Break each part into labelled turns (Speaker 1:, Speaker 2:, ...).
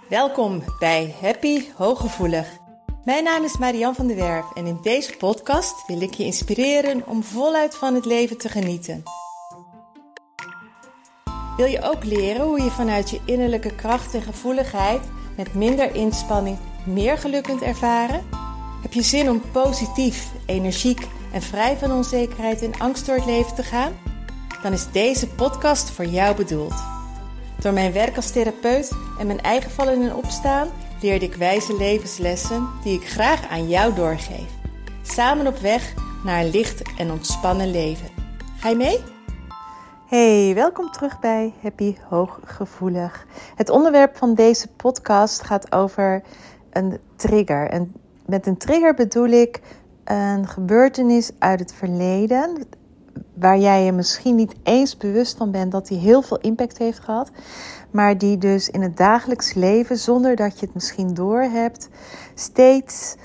Speaker 1: Welkom bij Happy Hooggevoelig. Mijn naam is Marianne van der Werf en in deze podcast wil ik je inspireren om voluit van het leven te genieten. Wil je ook leren hoe je vanuit je innerlijke kracht en gevoeligheid met minder inspanning meer geluk kunt ervaren? Heb je zin om positief, energiek en vrij van onzekerheid en angst door het leven te gaan? Dan is deze podcast voor jou bedoeld. Door mijn werk als therapeut en mijn eigen vallen en opstaan leerde ik wijze levenslessen die ik graag aan jou doorgeef. Samen op weg naar een licht en ontspannen leven. Ga je mee? Hey, welkom terug bij Happy Hooggevoelig. Het onderwerp van deze podcast gaat over een trigger. En met een trigger bedoel ik een gebeurtenis uit het verleden, waar jij je misschien niet eens bewust van bent dat die heel veel impact heeft gehad, maar die dus in het dagelijks leven, zonder dat je het misschien doorhebt, steeds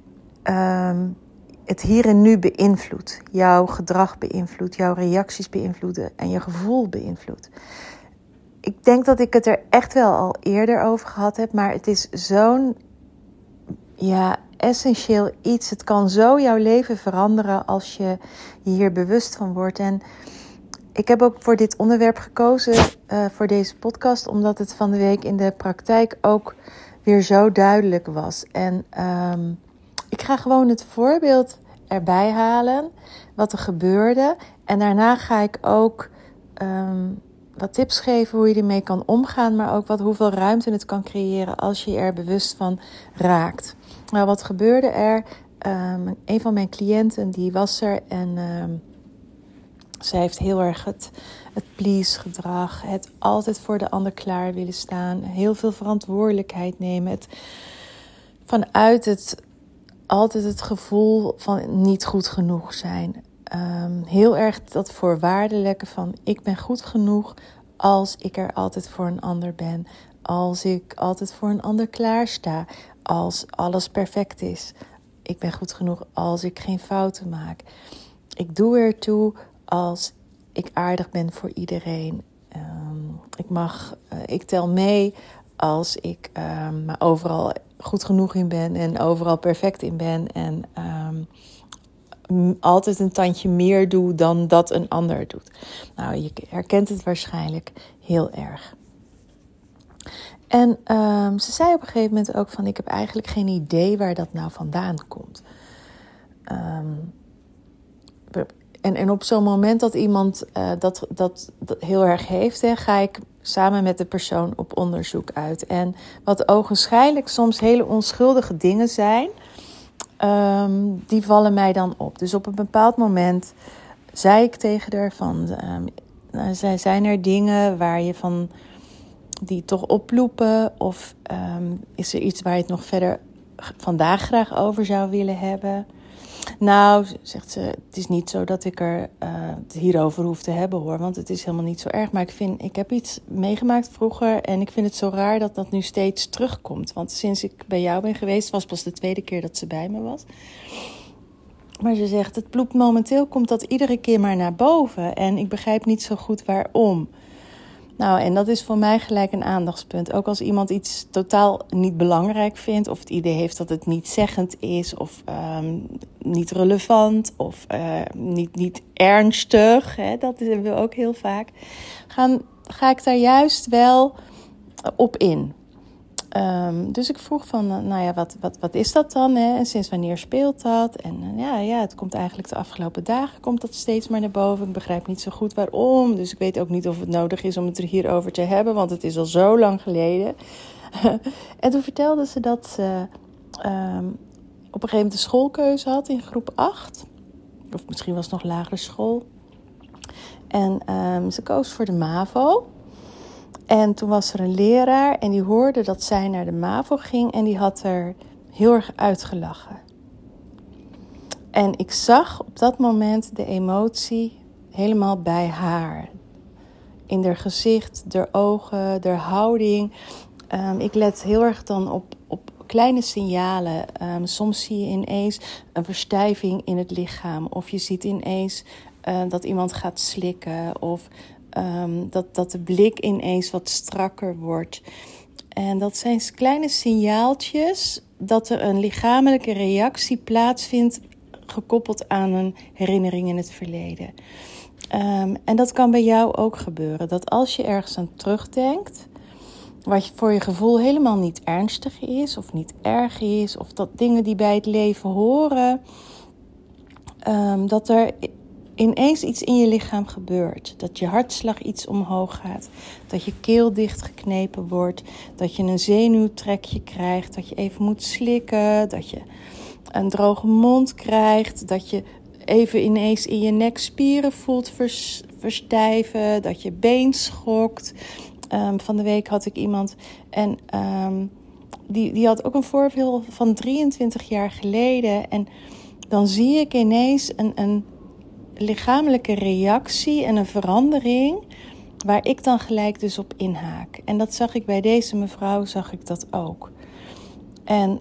Speaker 1: het hier en nu beïnvloedt. Jouw gedrag beïnvloedt, jouw reacties beïnvloeden en je gevoel beïnvloedt. Ik denk dat ik het er echt wel al eerder over gehad heb, maar het is zo'n essentieel iets. Het kan zo jouw leven veranderen als je hier bewust van wordt. En ik heb ook voor dit onderwerp gekozen, voor deze podcast, omdat het van de week in de praktijk ook weer zo duidelijk was. En ik ga gewoon het voorbeeld erbij halen, wat er gebeurde. En daarna ga ik ook wat tips geven hoe je ermee kan omgaan, maar ook hoeveel ruimte het kan creëren als je er bewust van raakt. Nou, wat gebeurde er? Een van mijn cliënten die was er en zij heeft heel erg het please gedrag, het altijd voor de ander klaar willen staan, heel veel verantwoordelijkheid nemen, het vanuit altijd het gevoel van niet goed genoeg zijn. Heel erg dat voorwaardelijke van ik ben goed genoeg als ik er altijd voor een ander ben. Als ik altijd voor een ander klaarsta. Als alles perfect is. Ik ben goed genoeg als ik geen fouten maak. Ik doe ertoe als ik aardig ben voor iedereen. Ik tel mee als ik maar overal goed genoeg in ben en overal perfect in ben. En altijd een tandje meer doe dan dat een ander doet. Nou, je herkent het waarschijnlijk heel erg. En ze zei op een gegeven moment ook van, ik heb eigenlijk geen idee waar dat nou vandaan komt. En op zo'n moment dat iemand dat heel erg heeft, ga ik samen met de persoon op onderzoek uit. En wat ogenschijnlijk soms hele onschuldige dingen zijn, die vallen mij dan op. Dus op een bepaald moment zei ik tegen haar van, zijn er dingen waar je van die toch oploepen? Of is er iets waar je het nog verder vandaag graag over zou willen hebben? Nou, zegt ze, het is niet zo dat ik het hierover hoef te hebben hoor, want het is helemaal niet zo erg. Maar ik heb iets meegemaakt vroeger en ik vind het zo raar dat dat nu steeds terugkomt. Want sinds ik bij jou ben geweest, was pas de tweede keer dat ze bij me was. Maar ze zegt, het bloed momenteel komt dat iedere keer maar naar boven en ik begrijp niet zo goed waarom. Nou, en dat is voor mij gelijk een aandachtspunt. Ook als iemand iets totaal niet belangrijk vindt, of het idee heeft dat het niet zeggend is, of niet relevant, of niet ernstig. Hè, dat hebben we ook heel vaak. Ga ik daar juist wel op in. Dus ik vroeg van, wat is dat dan? Hè? En sinds wanneer speelt dat? En het komt eigenlijk de afgelopen dagen komt dat steeds maar naar boven. Ik begrijp niet zo goed waarom. Dus ik weet ook niet of het nodig is om het er hierover te hebben, want het is al zo lang geleden. En toen vertelde ze dat ze op een gegeven moment de schoolkeuze had in groep 8. Of misschien was het nog lagere school. En ze koos voor de MAVO. En toen was er een leraar en die hoorde dat zij naar de MAVO ging en die had er heel erg uitgelachen. En ik zag op dat moment de emotie helemaal bij haar. In haar gezicht, haar ogen, haar houding. Ik let heel erg dan op kleine signalen. Soms zie je ineens een verstijving in het lichaam. Of je ziet ineens dat iemand gaat slikken. Of dat de blik ineens wat strakker wordt. En dat zijn kleine signaaltjes dat er een lichamelijke reactie plaatsvindt gekoppeld aan een herinnering in het verleden. En dat kan bij jou ook gebeuren. Dat als je ergens aan terugdenkt, wat voor je gevoel helemaal niet ernstig is of niet erg is, of dat dingen die bij het leven horen, dat er ineens iets in je lichaam gebeurt. Dat je hartslag iets omhoog gaat. Dat je keel dichtgeknepen wordt. Dat je een zenuwtrekje krijgt. Dat je even moet slikken. Dat je een droge mond krijgt. Dat je even ineens in je nek spieren voelt verstijven. Dat je been schokt. Van de week had ik iemand en die had ook een voorbeeld van 23 jaar geleden. En dan zie ik ineens een lichamelijke reactie en een verandering waar ik dan gelijk dus op inhaak. En dat zag ik bij deze mevrouw, zag ik dat ook. En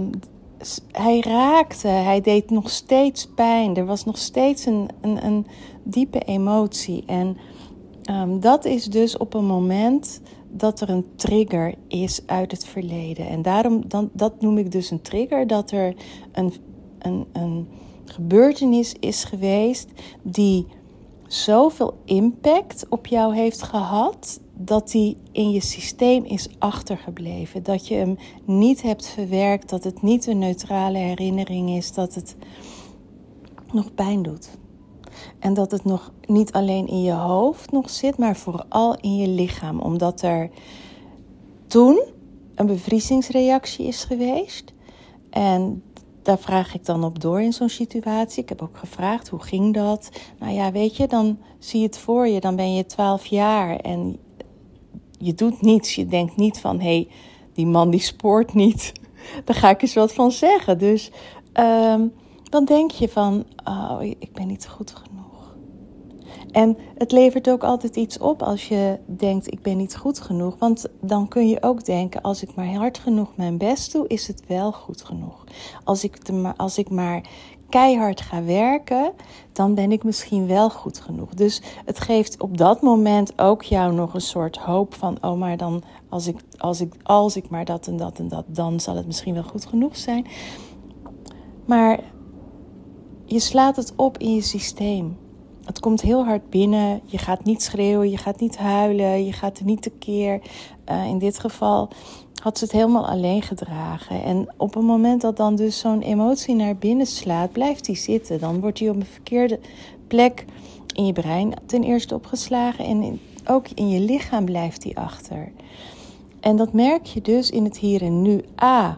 Speaker 1: hij deed nog steeds pijn. Er was nog steeds een diepe emotie. En dat is dus op een moment dat er een trigger is uit het verleden. En daarom, dat noem ik dus een trigger, dat er een gebeurtenis is geweest die zoveel impact op jou heeft gehad, dat die in je systeem is achtergebleven. Dat je hem niet hebt verwerkt, dat het niet een neutrale herinnering is, dat het nog pijn doet. En dat het nog niet alleen in je hoofd nog zit, maar vooral in je lichaam. Omdat er toen een bevriezingsreactie is geweest. En daar vraag ik dan op door in zo'n situatie. Ik heb ook gevraagd, hoe ging dat? Nou ja, weet je, dan zie je het voor je. Dan ben je 12 jaar en je doet niets. Je denkt niet van, hé, die man die spoort niet. Daar ga ik eens wat van zeggen. Dus dan denk je van, oh, ik ben niet goed genoeg. En het levert ook altijd iets op als je denkt, ik ben niet goed genoeg. Want dan kun je ook denken, als ik maar hard genoeg mijn best doe, is het wel goed genoeg. Als ik maar keihard ga werken, dan ben ik misschien wel goed genoeg. Dus het geeft op dat moment ook jou nog een soort hoop van, oh, maar dan als ik maar dat en dat en dat, dan zal het misschien wel goed genoeg zijn. Maar je slaat het op in je systeem. Het komt heel hard binnen. Je gaat niet schreeuwen, je gaat niet huilen, je gaat er niet tekeer. In dit geval had ze het helemaal alleen gedragen. En op het moment dat dan dus zo'n emotie naar binnen slaat, blijft die zitten. Dan wordt die op een verkeerde plek in je brein ten eerste opgeslagen. En ook in je lichaam blijft die achter. En dat merk je dus in het hier en nu.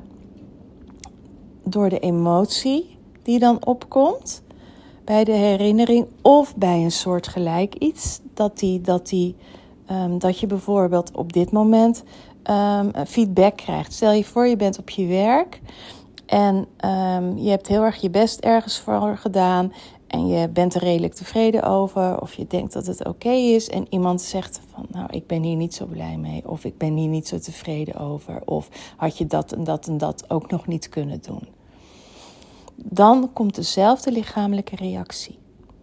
Speaker 1: Door de emotie die dan opkomt bij de herinnering of bij een soortgelijk iets. Dat je bijvoorbeeld op dit moment feedback krijgt. Stel je voor, je bent op je werk en je hebt heel erg je best ergens voor gedaan en je bent er redelijk tevreden over of je denkt dat het oké is en iemand zegt van, nou, ik ben hier niet zo blij mee of ik ben hier niet zo tevreden over of had je dat en dat en dat ook nog niet kunnen doen. Dan komt dezelfde lichamelijke reactie.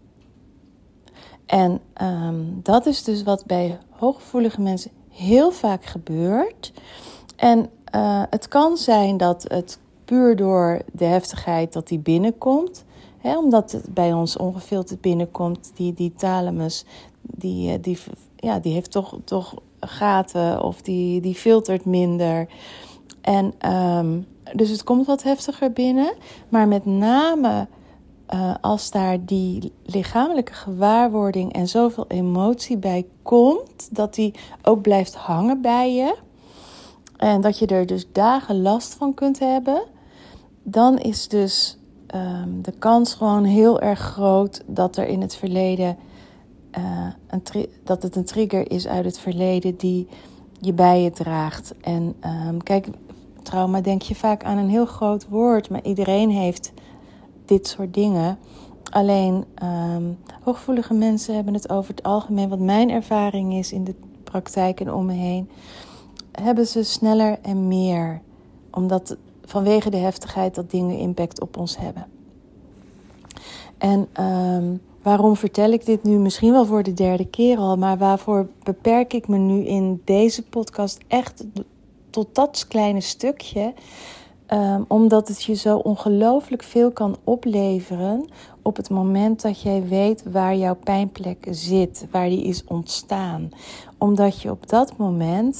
Speaker 1: En dat is dus wat bij hooggevoelige mensen heel vaak gebeurt. En het kan zijn dat het puur door de heftigheid dat die binnenkomt. Omdat het bij ons ongefilterd binnenkomt. Die thalamus, die heeft toch gaten of die filtert minder. En dus het komt wat heftiger binnen. Maar met name als daar die lichamelijke gewaarwording en zoveel emotie bij komt, dat die ook blijft hangen bij je. En dat je er dus dagen last van kunt hebben. Dan is dus de kans gewoon heel erg groot dat er in het verleden dat het een trigger is uit het verleden die je bij je draagt. En kijk, trauma denk je vaak aan een heel groot woord, maar iedereen heeft dit soort dingen. Alleen hooggevoelige mensen hebben het over het algemeen, wat mijn ervaring is in de praktijk en om me heen, hebben ze sneller en meer. Omdat vanwege de heftigheid dat dingen impact op ons hebben. En waarom vertel ik dit nu misschien wel voor de 3e keer al, maar waarvoor beperk ik me nu in deze podcast echt tot dat kleine stukje. Omdat het je zo ongelooflijk veel kan opleveren op het moment dat jij weet waar jouw pijnplek zit, waar die is ontstaan. Omdat je op dat moment,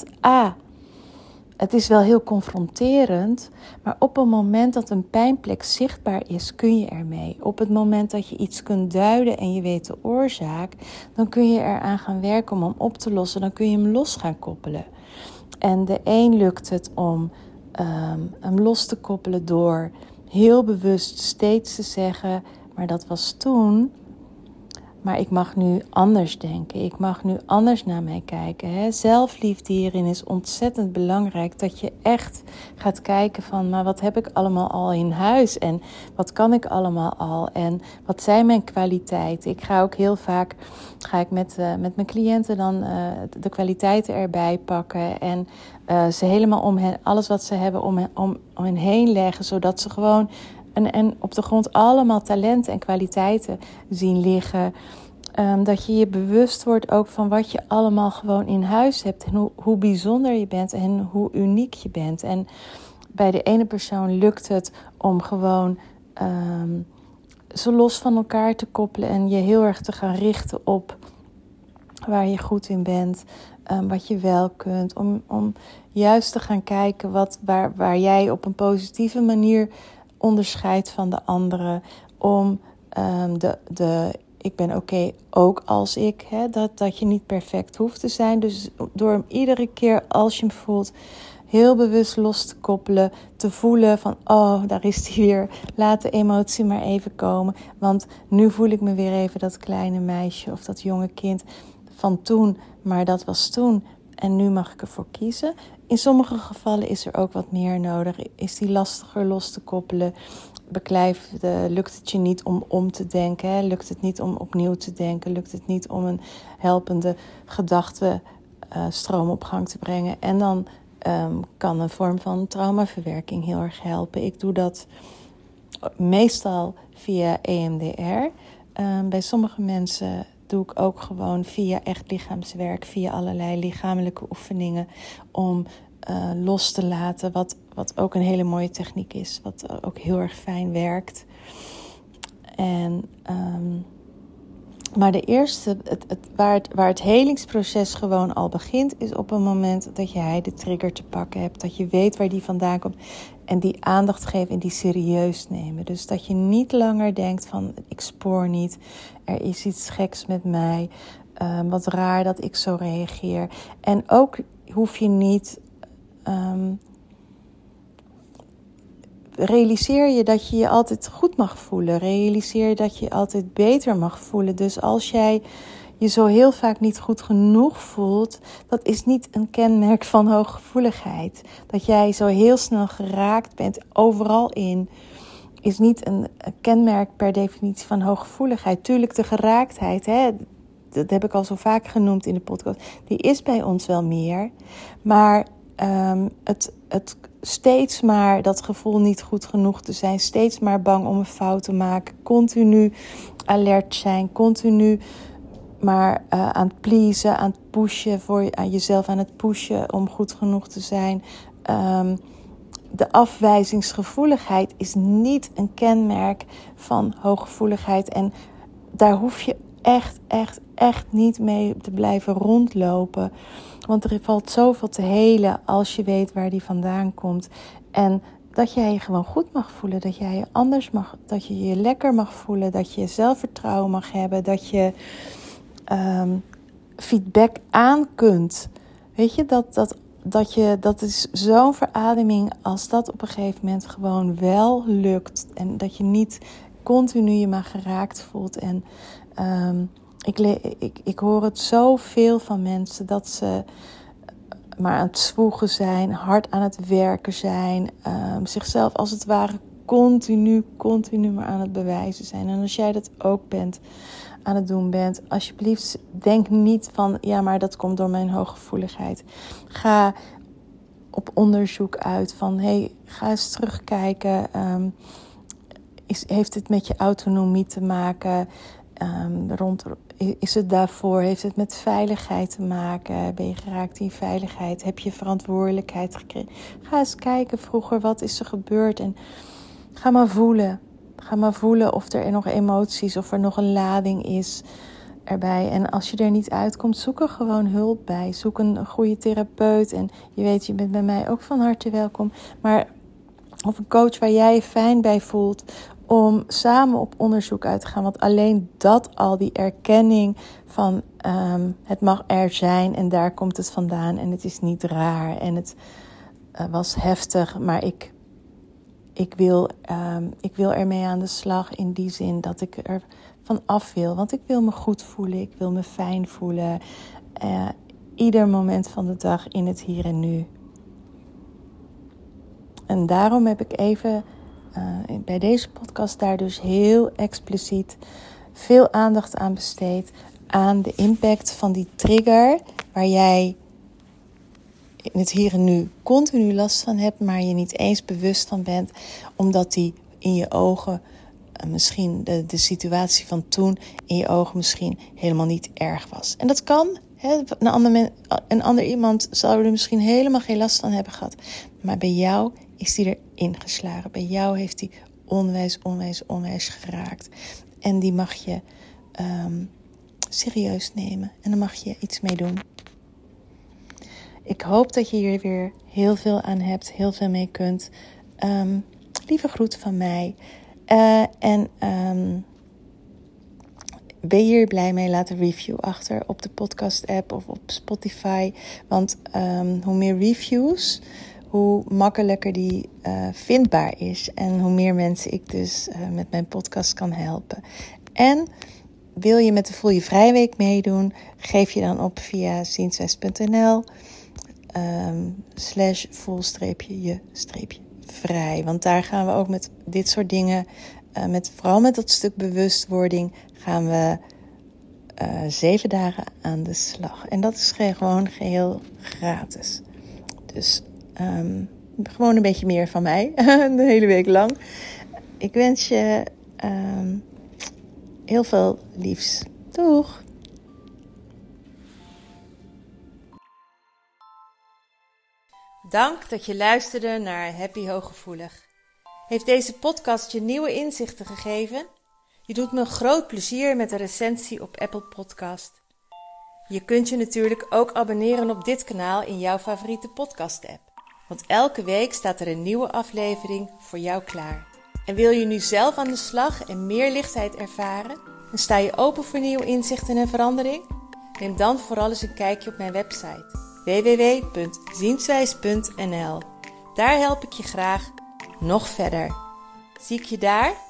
Speaker 1: het is wel heel confronterend, maar op het moment dat een pijnplek zichtbaar is, kun je ermee. Op het moment dat je iets kunt duiden en je weet de oorzaak, dan kun je eraan gaan werken om hem op te lossen. Dan kun je hem los gaan koppelen. En de een lukt het om hem los te koppelen door heel bewust steeds te zeggen, maar dat was toen, maar ik mag nu anders denken. Ik mag nu anders naar mij kijken. Hè? Zelfliefde hierin is ontzettend belangrijk. Dat je echt gaat kijken van, maar wat heb ik allemaal al in huis? En wat kan ik allemaal al? En wat zijn mijn kwaliteiten? Ik ga ook heel vaak met mijn cliënten dan de kwaliteiten erbij pakken. En ze helemaal alles wat ze hebben om hen heen leggen. Zodat ze gewoon en op de grond allemaal talenten en kwaliteiten zien liggen. Dat je je bewust wordt ook van wat je allemaal gewoon in huis hebt. En hoe bijzonder je bent en hoe uniek je bent. En bij de ene persoon lukt het om gewoon ze los van elkaar te koppelen. En je heel erg te gaan richten op waar je goed in bent. Wat je wel kunt. Om juist te gaan kijken waar jij op een positieve manier onderscheidt van de anderen. Om ik ben oké, ook als ik. Hè, dat je niet perfect hoeft te zijn. Dus door hem iedere keer als je hem voelt heel bewust los te koppelen. Te voelen van, daar is hij weer. Laat de emotie maar even komen. Want nu voel ik me weer even dat kleine meisje of dat jonge kind van toen. Maar dat was toen. En nu mag ik ervoor kiezen. In sommige gevallen is er ook wat meer nodig. Is die lastiger los te koppelen? Lukt het je niet om te denken? Hè? Lukt het niet om opnieuw te denken? Lukt het niet om een helpende gedachtenstroom op gang te brengen? En dan kan een vorm van traumaverwerking heel erg helpen. Ik doe dat meestal via EMDR. Bij sommige mensen doe ik ook gewoon via echt lichaamswerk, via allerlei lichamelijke oefeningen om los te laten, wat ook een hele mooie techniek is, wat ook heel erg fijn werkt. Maar de eerste, waar het helingsproces gewoon al begint, is op een moment dat jij de trigger te pakken hebt, dat je weet waar die vandaan komt en die aandacht geven en die serieus nemen. Dus dat je niet langer denkt van, ik spoor niet, er is iets geks met mij, wat raar dat ik zo reageer. En ook hoef je niet, realiseer je dat je je altijd goed mag voelen. Realiseer je dat je je altijd beter mag voelen. Dus als jij je zo heel vaak niet goed genoeg voelt, dat is niet een kenmerk van hooggevoeligheid. Dat jij zo heel snel geraakt bent overal in, is niet een kenmerk per definitie van hooggevoeligheid. Tuurlijk, de geraaktheid, hè, dat heb ik al zo vaak genoemd in de podcast, die is bij ons wel meer. Maar het steeds maar dat gevoel niet goed genoeg te zijn, steeds maar bang om een fout te maken, continu alert zijn, continu maar aan het pleasen, aan het pushen, aan jezelf aan het pushen om goed genoeg te zijn. De afwijzingsgevoeligheid is niet een kenmerk van hooggevoeligheid. En daar hoef je echt niet mee te blijven rondlopen. Want er valt zoveel te helen als je weet waar die vandaan komt. En dat jij je gewoon goed mag voelen. Dat jij je anders mag, dat je je lekker mag voelen. Dat je zelfvertrouwen mag hebben. Dat je feedback aan kunt. Weet je, dat is zo'n verademing als dat op een gegeven moment gewoon wel lukt. En dat je niet continu je maar geraakt voelt. En ik hoor het zoveel van mensen dat ze maar aan het zwoegen zijn, hard aan het werken zijn, zichzelf als het ware continu maar aan het bewijzen zijn. En als jij dat ook aan het doen bent, alsjeblieft denk niet van, ja, maar dat komt door mijn hooggevoeligheid. Ga op onderzoek uit van, ga eens terugkijken. Heeft dit met je autonomie te maken? Is het daarvoor? Heeft het met veiligheid te maken? Ben je geraakt in veiligheid? Heb je verantwoordelijkheid gekregen? Ga eens kijken vroeger, wat is er gebeurd? En ga maar voelen. Ga maar voelen of er nog emoties, of er nog een lading is erbij. En als je er niet uitkomt, zoek er gewoon hulp bij. Zoek een goede therapeut. En je weet, je bent bij mij ook van harte welkom. Of een coach waar jij je fijn bij voelt, om samen op onderzoek uit te gaan. Want alleen dat al, die erkenning van het mag er zijn en daar komt het vandaan. En het is niet raar en het was heftig, maar ik wil ermee aan de slag in die zin dat ik er van af wil. Want ik wil me goed voelen, ik wil me fijn voelen. Ieder moment van de dag in het hier en nu. En daarom heb ik even bij deze podcast daar dus heel expliciet veel aandacht aan besteed. Aan de impact van die trigger waar jij in het hier en nu continu last van hebt, maar je niet eens bewust van bent, omdat die in je ogen misschien de situatie van toen in je ogen misschien helemaal niet erg was. En dat kan. Een ander iemand zal er misschien helemaal geen last van hebben gehad. Maar bij jou is die erin geslagen. Bij jou heeft die onwijs geraakt. En die mag je serieus nemen. En daar mag je iets mee doen. Ik hoop dat je hier weer heel veel aan hebt. Heel veel mee kunt. Lieve groet van mij. Ben je hier blij mee? Laat een review achter op de podcast app of op Spotify. Want hoe meer reviews, hoe makkelijker die vindbaar is. En hoe meer mensen ik dus met mijn podcast kan helpen. En wil je met de Voel je Vrij Week meedoen? Geef je dan op via zienswijs.nl /voel-je-vrij. Want daar gaan we ook met dit soort dingen, vooral met dat stuk bewustwording, gaan we 7 dagen aan de slag. En dat is gewoon geheel gratis. Dus gewoon een beetje meer van mij, de hele week lang. Ik wens je heel veel liefs. Doeg! Dank dat je luisterde naar Happy Hooggevoelig. Heeft deze podcast je nieuwe inzichten gegeven? Je doet me een groot plezier met een recensie op Apple Podcast. Je kunt je natuurlijk ook abonneren op dit kanaal in jouw favoriete podcast-app. Want elke week staat er een nieuwe aflevering voor jou klaar. En wil je nu zelf aan de slag en meer lichtheid ervaren? En sta je open voor nieuwe inzichten en verandering? Neem dan vooral eens een kijkje op mijn website www.zienswijs.nl. Daar help ik je graag nog verder. Zie ik je daar?